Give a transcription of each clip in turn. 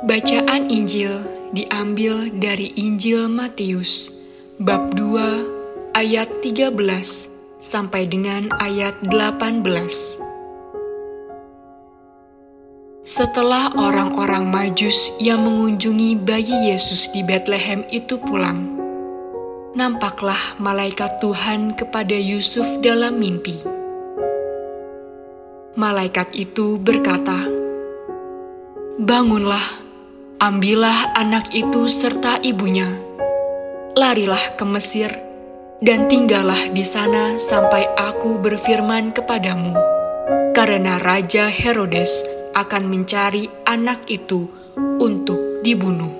Bacaan Injil diambil dari Injil Matius, bab 2, ayat 13 sampai dengan ayat 18. Setelah orang-orang Majus yang mengunjungi bayi Yesus di Betlehem itu pulang, nampaklah malaikat Tuhan kepada Yusuf dalam mimpi. Malaikat itu berkata, "Bangunlah, ambillah anak itu serta ibunya, larilah ke Mesir, dan tinggallah di sana sampai aku berfirman kepadamu, karena Raja Herodes akan mencari anak itu untuk dibunuh."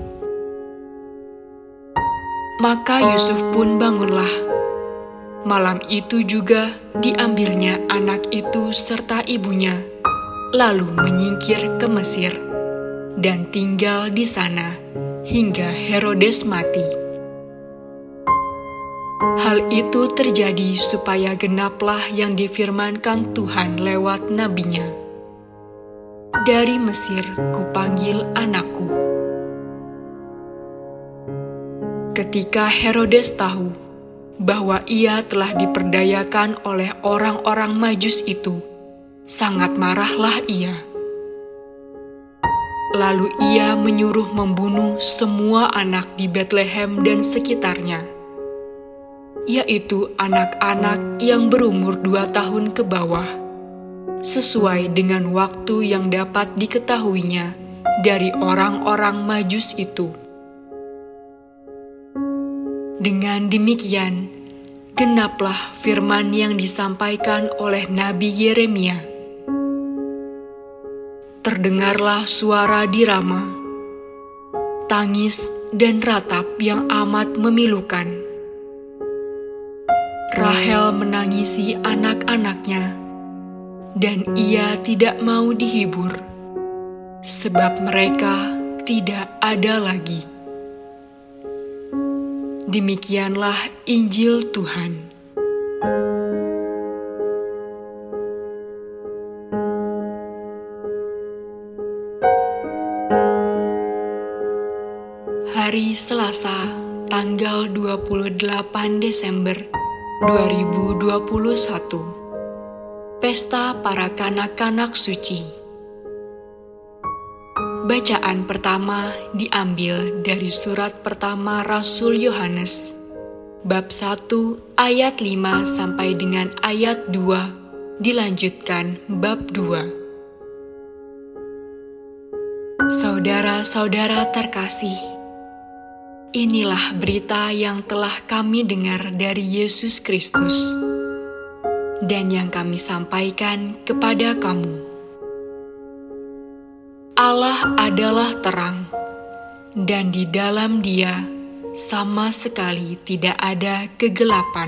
Maka Yusuf pun bangunlah. Malam itu juga diambilnya anak itu serta ibunya, lalu menyingkir ke Mesir, dan tinggal di sana hingga Herodes mati. Hal itu terjadi supaya genaplah yang difirmankan Tuhan lewat nabinya, "Dari Mesir kupanggil anakku." Ketika Herodes tahu bahwa ia telah diperdayakan oleh orang-orang Majus itu, sangat marahlah ia. Lalu ia menyuruh membunuh semua anak di Betlehem dan sekitarnya, yaitu anak-anak yang berumur 2 tahun ke bawah, sesuai dengan waktu yang dapat diketahuinya dari orang-orang Majus itu. Dengan demikian, genaplah firman yang disampaikan oleh Nabi Yeremia. Terdengarlah suara di Rama, tangis dan ratap yang amat memilukan. Rahel menangisi anak-anaknya, dan ia tidak mau dihibur, sebab mereka tidak ada lagi. Demikianlah Injil Tuhan. Hari Selasa, tanggal 28 Desember 2021. Pesta para kanak-kanak suci. Bacaan pertama diambil dari surat pertama Rasul Yohanes, bab 1 ayat 5 sampai dengan ayat 2, dilanjutkan bab 2. Saudara-saudara terkasih, inilah berita yang telah kami dengar dari Yesus Kristus, dan yang kami sampaikan kepada kamu. Allah adalah terang, dan di dalam Dia sama sekali tidak ada kegelapan.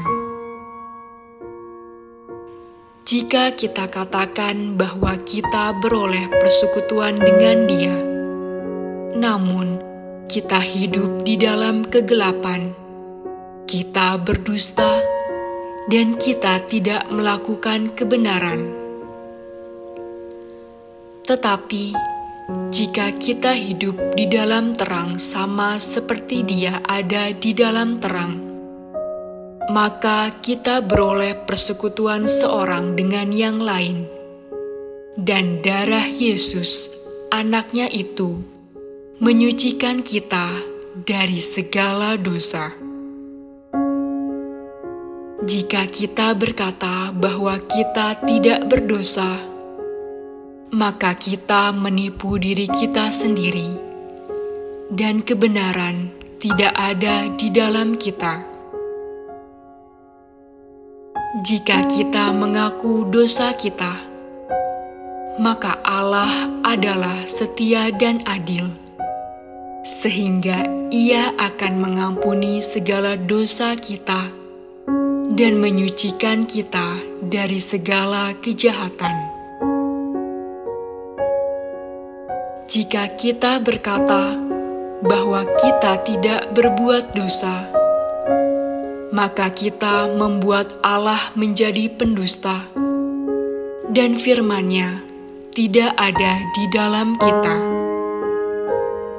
Jika kita katakan bahwa kita beroleh persekutuan dengan Dia, namun kita hidup di dalam kegelapan, kita berdusta, dan kita tidak melakukan kebenaran. Tetapi jika kita hidup di dalam terang sama seperti Dia ada di dalam terang, maka kita beroleh persekutuan seorang dengan yang lain, dan darah Yesus, Anak-Nya itu, menyucikan kita dari segala dosa. Jika kita berkata bahwa kita tidak berdosa, maka kita menipu diri kita sendiri, dan kebenaran tidak ada di dalam kita. Jika kita mengaku dosa kita, maka Allah adalah setia dan adil, sehingga Ia akan mengampuni segala dosa kita dan menyucikan kita dari segala kejahatan. Jika kita berkata bahwa kita tidak berbuat dosa, maka kita membuat Allah menjadi pendusta, dan firman-Nya tidak ada di dalam kita.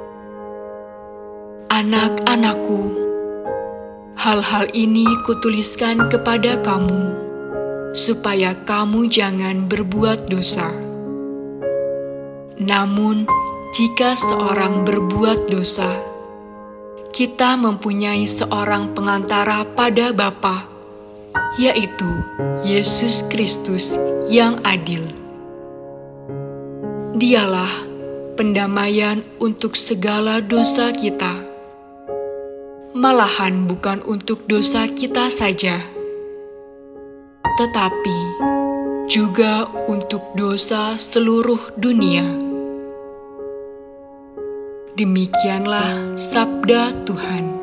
Anak-anakku, hal-hal ini kutuliskan kepada kamu, supaya kamu jangan berbuat dosa. Namun, jika seorang berbuat dosa, kita mempunyai seorang pengantara pada Bapa, yaitu Yesus Kristus yang adil. Dialah pendamaian untuk segala dosa kita, malahan bukan untuk dosa kita saja, tetapi juga untuk dosa seluruh dunia. Demikianlah sabda Tuhan.